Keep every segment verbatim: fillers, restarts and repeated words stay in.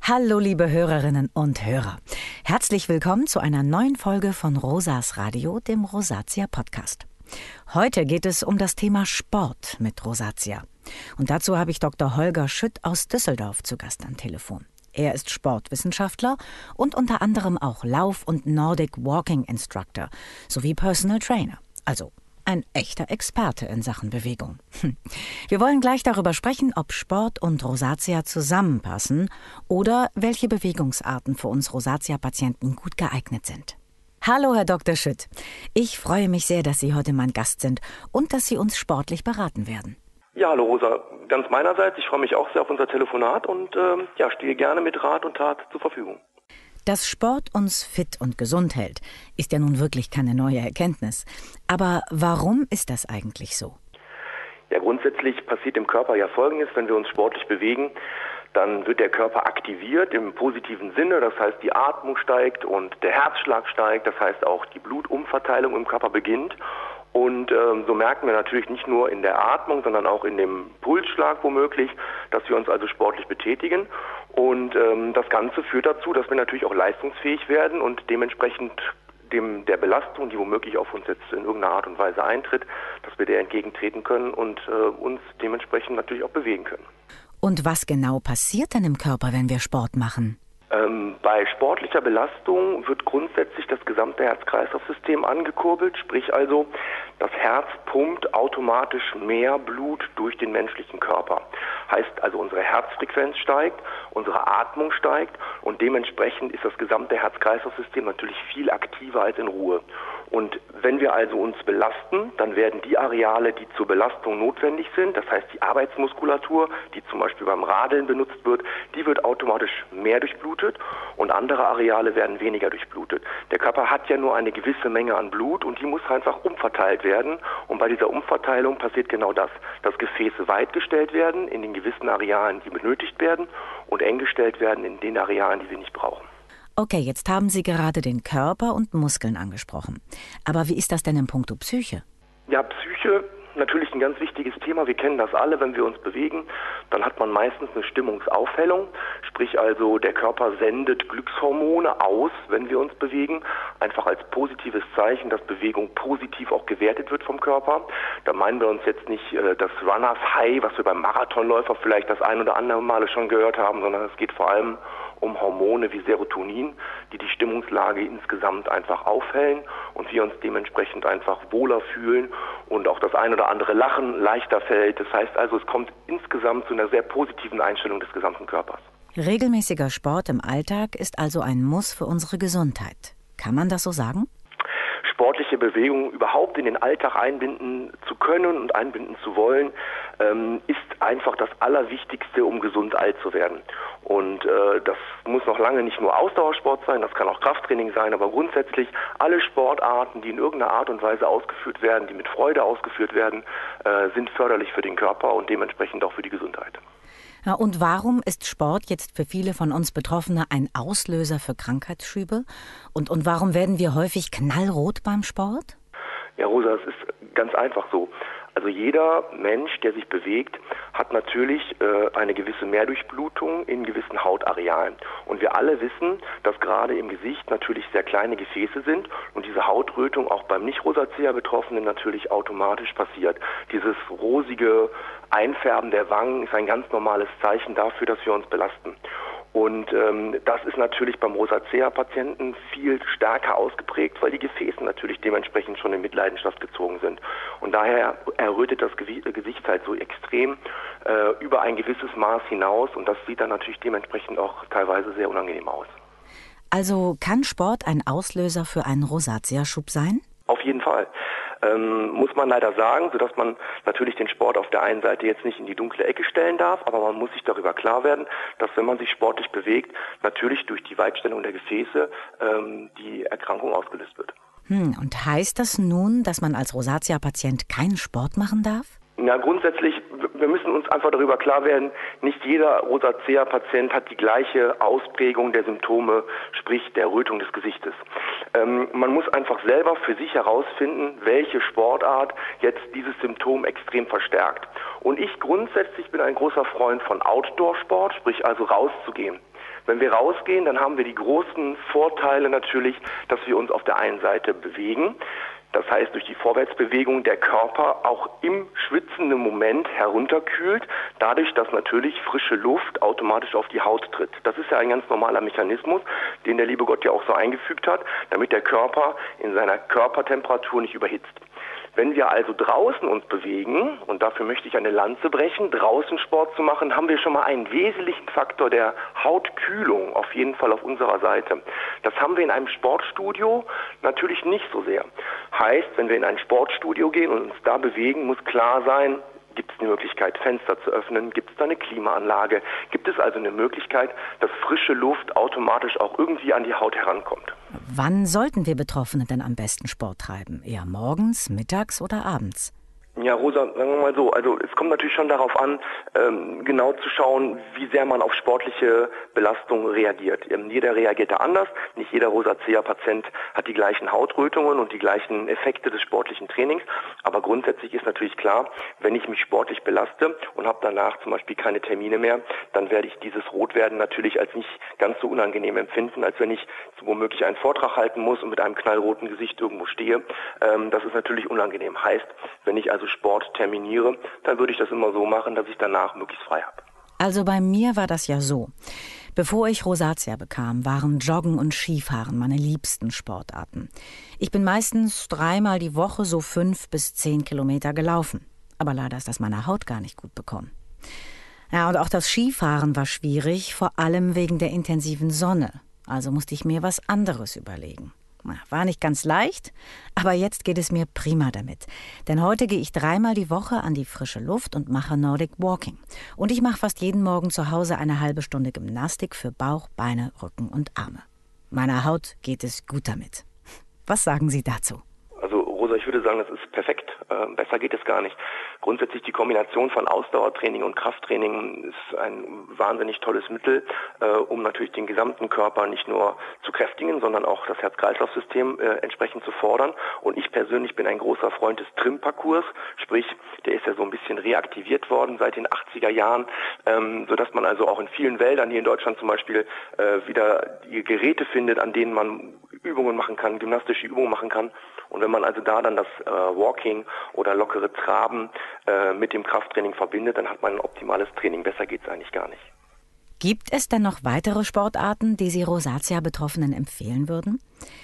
Hallo liebe Hörerinnen und Hörer. Herzlich willkommen zu einer neuen Folge von Rosas Radio, dem Rosatia Podcast. Heute geht es um das Thema Sport mit Rosatia. Und dazu habe ich Doktor Holger Schütt aus Düsseldorf zu Gast am Telefon. Er ist Sportwissenschaftler und unter anderem auch Lauf- und Nordic Walking Instructor sowie Personal Trainer. Also ein echter Experte in Sachen Bewegung. Wir wollen gleich darüber sprechen, ob Sport und Rosatia zusammenpassen oder welche Bewegungsarten für uns Rosatia-Patienten gut geeignet sind. Hallo, Herr Doktor Schütt. Ich freue mich sehr, dass Sie heute mein Gast sind und dass Sie uns sportlich beraten werden. Ja, hallo Rosa. Ganz meinerseits. Ich freue mich auch sehr auf unser Telefonat und äh, ja, stehe gerne mit Rat und Tat zur Verfügung. Dass Sport uns fit und gesund hält, ist ja nun wirklich keine neue Erkenntnis. Aber warum ist das eigentlich so? Ja, grundsätzlich passiert im Körper ja Folgendes: Wenn wir uns sportlich bewegen, dann wird der Körper aktiviert im positiven Sinne. Das heißt, die Atmung steigt und der Herzschlag steigt. Das heißt, auch die Blutumverteilung im Körper beginnt. Und ähm, so merken wir natürlich nicht nur in der Atmung, sondern auch in dem Pulsschlag womöglich, dass wir uns also sportlich betätigen. Und ähm, das Ganze führt dazu, dass wir natürlich auch leistungsfähig werden und dementsprechend dem der Belastung, die womöglich auf uns jetzt in irgendeiner Art und Weise eintritt, dass wir der entgegentreten können und äh, uns dementsprechend natürlich auch bewegen können. Und was genau passiert denn im Körper, wenn wir Sport machen? Ähm, bei sportlicher Belastung wird grundsätzlich das gesamte Herz-Kreislauf-System angekurbelt, sprich also, das Herz pumpt automatisch mehr Blut durch den menschlichen Körper. Heißt also, unsere Herzfrequenz steigt, unsere Atmung steigt und dementsprechend ist das gesamte Herz-Kreislauf-System natürlich viel aktiver als in Ruhe. Und wenn wir also uns belasten, dann werden die Areale, die zur Belastung notwendig sind, das heißt die Arbeitsmuskulatur, die zum Beispiel beim Radeln benutzt wird, die wird automatisch mehr durchblutet und andere Areale werden weniger durchblutet. Der Körper hat ja nur eine gewisse Menge an Blut und die muss einfach umverteilt werden. Und bei dieser Umverteilung passiert genau das, dass Gefäße weit gestellt werden in den gewissen Arealen, die benötigt werden und eng gestellt werden in den Arealen, die wir nicht brauchen. Okay, jetzt haben Sie gerade den Körper und Muskeln angesprochen. Aber wie ist das denn in puncto Psyche? Ja, Psyche, natürlich ein ganz wichtiges Thema. Wir kennen das alle, wenn wir uns bewegen, dann hat man meistens eine Stimmungsaufhellung. Sprich also, der Körper sendet Glückshormone aus, wenn wir uns bewegen. Einfach als positives Zeichen, dass Bewegung positiv auch gewertet wird vom Körper. Da meinen wir uns jetzt nicht äh, das Runners High, was wir beim Marathonläufer vielleicht das ein oder andere Male schon gehört haben, sondern es geht vor allem um Hormone wie Serotonin, die die Stimmungslage insgesamt einfach aufhellen und wir uns dementsprechend einfach wohler fühlen und auch das ein oder andere Lachen leichter fällt. Das heißt also, es kommt insgesamt zu einer sehr positiven Einstellung des gesamten Körpers. Regelmäßiger Sport im Alltag ist also ein Muss für unsere Gesundheit. Kann man das so sagen? Sportliche Bewegung überhaupt in den Alltag einbinden zu können und einbinden zu wollen, ähm, ist einfach das Allerwichtigste, um gesund alt zu werden. Und äh, das muss noch lange nicht nur Ausdauersport sein, das kann auch Krafttraining sein, aber grundsätzlich alle Sportarten, die in irgendeiner Art und Weise ausgeführt werden, die mit Freude ausgeführt werden, äh, sind förderlich für den Körper und dementsprechend auch für die Gesundheit. Ja, und warum ist Sport jetzt für viele von uns Betroffene ein Auslöser für Krankheitsschübe? Und, und warum werden wir häufig knallrot beim Sport? Ja, Rosa, es ist ganz einfach so. Also jeder Mensch, der sich bewegt, hat natürlich äh, eine gewisse Mehrdurchblutung in gewissen Hautarealen. Und wir alle wissen, dass gerade im Gesicht natürlich sehr kleine Gefäße sind und diese Hautrötung auch beim Nicht-Rosacea-Betroffenen natürlich automatisch passiert. Dieses rosige Einfärben der Wangen ist ein ganz normales Zeichen dafür, dass wir uns belasten. Und ähm, das ist natürlich beim Rosacea-Patienten viel stärker ausgeprägt, weil die Gefäße natürlich dementsprechend schon in Mitleidenschaft gezogen sind. Und daher errötet das Gewi- Gesicht halt so extrem äh, über ein gewisses Maß hinaus und das sieht dann natürlich dementsprechend auch teilweise sehr unangenehm aus. Also kann Sport ein Auslöser für einen Rosacea-Schub sein? Auf jeden Fall. Ähm, muss man leider sagen, sodass man natürlich den Sport auf der einen Seite jetzt nicht in die dunkle Ecke stellen darf, aber man muss sich darüber klar werden, dass wenn man sich sportlich bewegt, natürlich durch die Weitstellung der Gefäße ähm, die Erkrankung ausgelöst wird. Hm, und heißt das nun, dass man als Rosacea-Patient keinen Sport machen darf? Ja, grundsätzlich, wir müssen uns einfach darüber klar werden, nicht jeder Rosacea-Patient hat die gleiche Ausprägung der Symptome, sprich der Rötung des Gesichtes. Ähm, man muss einfach selber für sich herausfinden, welche Sportart jetzt dieses Symptom extrem verstärkt. Und ich grundsätzlich bin ein großer Freund von Outdoor-Sport, sprich also rauszugehen. Wenn wir rausgehen, dann haben wir die großen Vorteile natürlich, dass wir uns auf der einen Seite bewegen. Das heißt, durch die Vorwärtsbewegung der Körper auch im schwitzenden Moment herunterkühlt, dadurch, dass natürlich frische Luft automatisch auf die Haut tritt. Das ist ja ein ganz normaler Mechanismus, den der liebe Gott ja auch so eingefügt hat, damit der Körper in seiner Körpertemperatur nicht überhitzt. Wenn wir also draußen uns bewegen, und dafür möchte ich eine Lanze brechen, draußen Sport zu machen, haben wir schon mal einen wesentlichen Faktor der Hautkühlung auf jeden Fall auf unserer Seite. Das haben wir in einem Sportstudio natürlich nicht so sehr. Heißt, wenn wir in ein Sportstudio gehen und uns da bewegen, muss klar sein, gibt es eine Möglichkeit, Fenster zu öffnen? Gibt es da eine Klimaanlage? Gibt es also eine Möglichkeit, dass frische Luft automatisch auch irgendwie an die Haut herankommt? Wann sollten wir Betroffene denn am besten Sport treiben? Eher morgens, mittags oder abends? Ja, Rosa, sagen wir mal so, also es kommt natürlich schon darauf an, ähm, genau zu schauen, wie sehr man auf sportliche Belastung reagiert. Ähm, jeder reagiert da anders. Nicht jeder Rosacea-Patient hat die gleichen Hautrötungen und die gleichen Effekte des sportlichen Trainings. Aber grundsätzlich ist natürlich klar, wenn ich mich sportlich belaste und habe danach zum Beispiel keine Termine mehr, dann werde ich dieses Rotwerden natürlich als nicht ganz so unangenehm empfinden, als wenn ich womöglich einen Vortrag halten muss und mit einem knallroten Gesicht irgendwo stehe. Ähm, das ist natürlich unangenehm. Heißt, wenn ich also Sport terminiere, dann würde ich das immer so machen, dass ich danach möglichst frei habe. Also bei mir war das ja so. Bevor ich Rosacea bekam, waren Joggen und Skifahren meine liebsten Sportarten. Ich bin meistens dreimal die Woche so fünf bis zehn Kilometer gelaufen. Aber leider ist das meiner Haut gar nicht gut bekommen. Ja, und auch das Skifahren war schwierig, vor allem wegen der intensiven Sonne. Also musste ich mir was anderes überlegen. War nicht ganz leicht, aber jetzt geht es mir prima damit. Denn heute gehe ich dreimal die Woche an die frische Luft und mache Nordic Walking. Und ich mache fast jeden Morgen zu Hause eine halbe Stunde Gymnastik für Bauch, Beine, Rücken und Arme. Meiner Haut geht es gut damit. Was sagen Sie dazu? Also Rosa, ich würde sagen, das ist perfekt. Äh, besser geht es gar nicht. Grundsätzlich die Kombination von Ausdauertraining und Krafttraining ist ein wahnsinnig tolles Mittel, äh, um natürlich den gesamten Körper nicht nur zu kräftigen, sondern auch das Herz-Kreislauf-System äh, entsprechend zu fordern. Und ich persönlich bin ein großer Freund des Trim-Parcours, sprich, der ist ja so ein bisschen reaktiviert worden seit den achtziger Jahren, ähm, sodass man also auch in vielen Wäldern, hier in Deutschland zum Beispiel, äh, wieder die Geräte findet, an denen man Übungen machen kann, gymnastische Übungen machen kann. Und wenn man also da dann das äh, Walking oder lockere Traben äh, mit dem Krafttraining verbindet, dann hat man ein optimales Training. Besser geht es eigentlich gar nicht. Gibt es denn noch weitere Sportarten, die Sie Rosacea-Betroffenen empfehlen würden?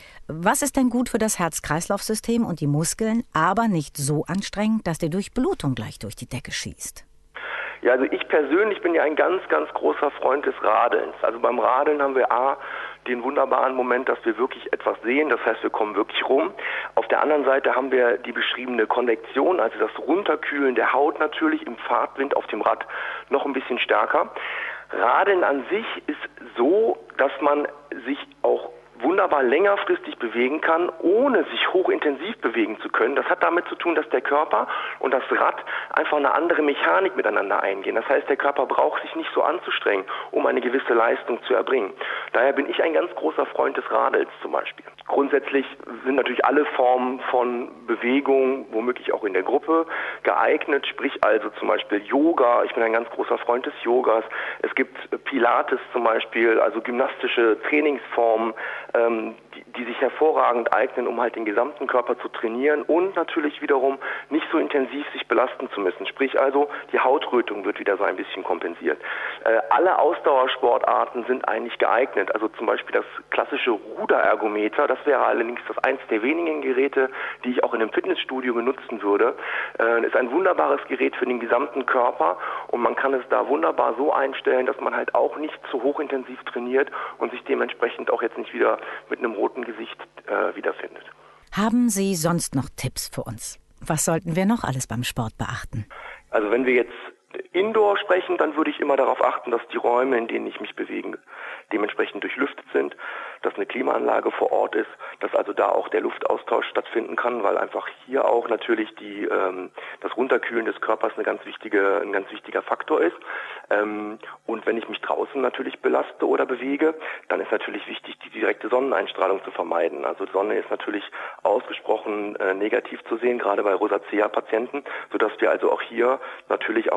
Was ist denn gut für das Herz-Kreislauf-System und die Muskeln, aber nicht so anstrengend, dass die Durchblutung gleich durch die Decke schießt? Ja, also ich persönlich bin ja ein ganz, ganz großer Freund des Radelns. Also beim Radeln haben wir A, den wunderbaren Moment, dass wir wirklich etwas sehen, das heißt, wir kommen wirklich rum. Auf der anderen Seite haben wir die beschriebene Konvektion, also das Runterkühlen der Haut natürlich im Fahrtwind auf dem Rad noch ein bisschen stärker. Radeln an sich ist so, dass man sich auch wunderbar längerfristig bewegen kann, ohne sich hochintensiv bewegen zu können. Das hat damit zu tun, dass der Körper und das Rad einfach eine andere Mechanik miteinander eingehen. Das heißt, der Körper braucht sich nicht so anzustrengen, um eine gewisse Leistung zu erbringen. Daher bin ich ein ganz großer Freund des Radels zum Beispiel. Grundsätzlich sind natürlich alle Formen von Bewegung, womöglich auch in der Gruppe, geeignet, sprich also zum Beispiel Yoga. Ich bin ein ganz großer Freund des Yogas. Es gibt Pilates zum Beispiel, also gymnastische Trainingsformen, ähm, die, die sich hervorragend eignen, um halt den gesamten Körper zu trainieren und natürlich wiederum nicht so intensiv sich belasten zu müssen. Sprich also, die Hautrötung wird wieder so ein bisschen kompensiert. Äh, alle Ausdauersportarten sind eigentlich geeignet. Also zum Beispiel das klassische Ruderergometer, das wäre allerdings das eins der wenigen Geräte, die ich auch in einem Fitnessstudio benutzen würde. Äh, ist ein wunderbares Gerät für den gesamten Körper und man kann es da wunderbar so einstellen, dass man halt auch nicht zu hochintensiv trainiert und sich dementsprechend auch jetzt nicht wieder mit einem roten Gesicht äh, wiederfindet. Haben Sie sonst noch Tipps für uns? Was sollten wir noch alles beim Sport beachten? Also wenn wir jetzt Indoor sprechen, dann würde ich immer darauf achten, dass die Räume, in denen ich mich bewege, dementsprechend durchlüftet sind, dass eine Klimaanlage vor Ort ist, dass also da auch der Luftaustausch stattfinden kann, weil einfach hier auch natürlich die, ähm, das Runterkühlen des Körpers eine ganz wichtige, ein ganz wichtiger Faktor ist. Ähm, und wenn ich mich draußen natürlich belaste oder bewege, dann ist natürlich wichtig, die direkte Sonneneinstrahlung zu vermeiden. Also Sonne ist natürlich ausgesprochen äh, negativ zu sehen, gerade bei Rosacea-Patienten, sodass wir also auch hier natürlich auf Hautschutz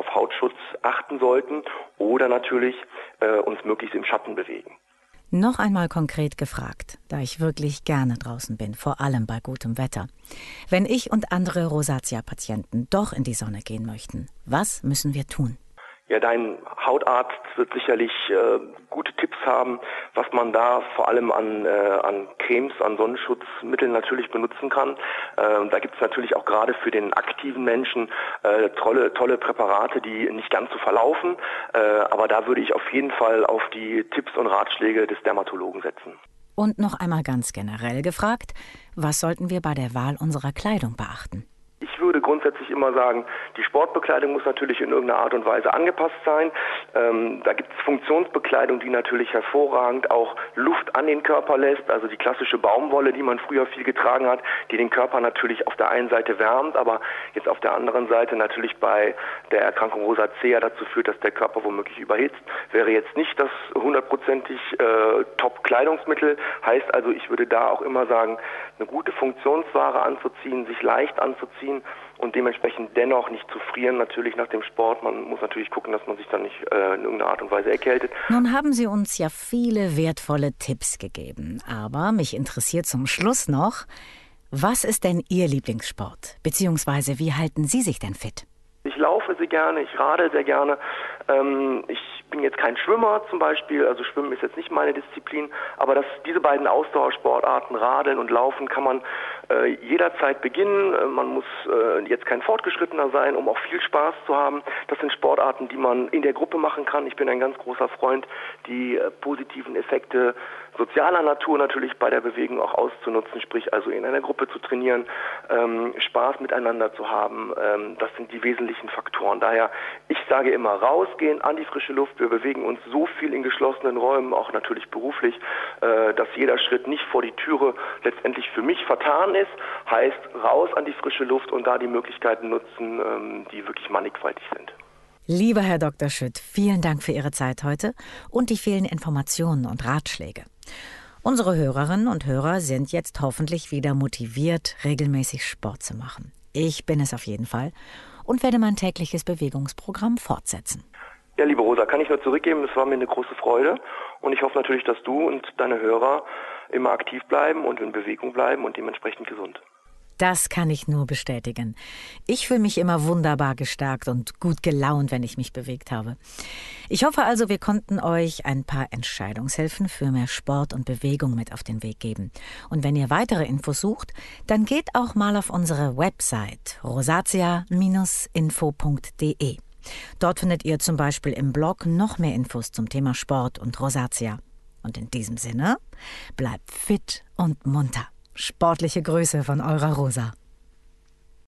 Sonnenschutz achten sollten oder natürlich äh, uns möglichst im Schatten bewegen. Noch einmal konkret gefragt, da ich wirklich gerne draußen bin, vor allem bei gutem Wetter. Wenn ich und andere Rosatia-Patienten doch in die Sonne gehen möchten, was müssen wir tun? Ja, dein Hautarzt wird sicherlich äh, gute Tipps haben, was man da vor allem an, äh, an Cremes, an Sonnenschutzmitteln natürlich benutzen kann. Äh, da gibt es natürlich auch gerade für den aktiven Menschen äh, tolle, tolle Präparate, die nicht ganz so verlaufen. Äh, aber da würde ich auf jeden Fall auf die Tipps und Ratschläge des Dermatologen setzen. Und noch einmal ganz generell gefragt, was sollten wir bei der Wahl unserer Kleidung beachten? Ich würde grundsätzlich immer sagen, die Sportbekleidung muss natürlich in irgendeiner Art und Weise angepasst sein. Ähm, da gibt es Funktionsbekleidung, die natürlich hervorragend auch Luft an den Körper lässt. Also die klassische Baumwolle, die man früher viel getragen hat, die den Körper natürlich auf der einen Seite wärmt, aber jetzt auf der anderen Seite natürlich bei der Erkrankung Rosacea dazu führt, dass der Körper womöglich überhitzt. Wäre jetzt nicht das hundertprozentig äh, Top-Kleidungsmittel. Heißt also, ich würde da auch immer sagen, eine gute Funktionsware anzuziehen, sich leicht anzuziehen, und dementsprechend dennoch nicht zu frieren, natürlich nach dem Sport. Man muss natürlich gucken, dass man sich dann nicht äh, in irgendeiner Art und Weise erkältet. Nun haben Sie uns ja viele wertvolle Tipps gegeben. Aber mich interessiert zum Schluss noch, was ist denn Ihr Lieblingssport? Beziehungsweise wie halten Sie sich denn fit? Ich laufe sehr gerne, ich radel sehr gerne. Ähm, ich bin jetzt kein Schwimmer zum Beispiel, also Schwimmen ist jetzt nicht meine Disziplin, aber das, diese beiden Ausdauersportarten, Radeln und Laufen, kann man äh, jederzeit beginnen. Äh, man muss äh, jetzt kein Fortgeschrittener sein, um auch viel Spaß zu haben. Das sind Sportarten, die man in der Gruppe machen kann. Ich bin ein ganz großer Freund, die äh, positiven Effekte sozialer Natur natürlich bei der Bewegung auch auszunutzen, sprich also in einer Gruppe zu trainieren, ähm, Spaß miteinander zu haben. Ähm, das sind die wesentlichen Faktoren. Daher, ich sage immer, rausgehen an die frische Luft. Wir bewegen uns so viel in geschlossenen Räumen, auch natürlich beruflich, äh, dass jeder Schritt nicht vor die Türe letztendlich für mich vertan ist. Heißt, raus an die frische Luft und da die Möglichkeiten nutzen, ähm, die wirklich mannigfaltig sind. Lieber Herr Doktor Schütt, vielen Dank für Ihre Zeit heute und die vielen Informationen und Ratschläge. Unsere Hörerinnen und Hörer sind jetzt hoffentlich wieder motiviert, regelmäßig Sport zu machen. Ich bin es auf jeden Fall und werde mein tägliches Bewegungsprogramm fortsetzen. Ja, liebe Rosa, kann ich nur zurückgeben, es war mir eine große Freude und ich hoffe natürlich, dass du und deine Hörer immer aktiv bleiben und in Bewegung bleiben und dementsprechend gesund. Das kann ich nur bestätigen. Ich fühle mich immer wunderbar gestärkt und gut gelaunt, wenn ich mich bewegt habe. Ich hoffe also, wir konnten euch ein paar Entscheidungshilfen für mehr Sport und Bewegung mit auf den Weg geben. Und wenn ihr weitere Infos sucht, dann geht auch mal auf unsere Website rosatia Bindestrich info punkt de. Dort findet ihr zum Beispiel im Blog noch mehr Infos zum Thema Sport und Rosatia. Und in diesem Sinne, bleibt fit und munter. Sportliche Grüße von eurer Rosa.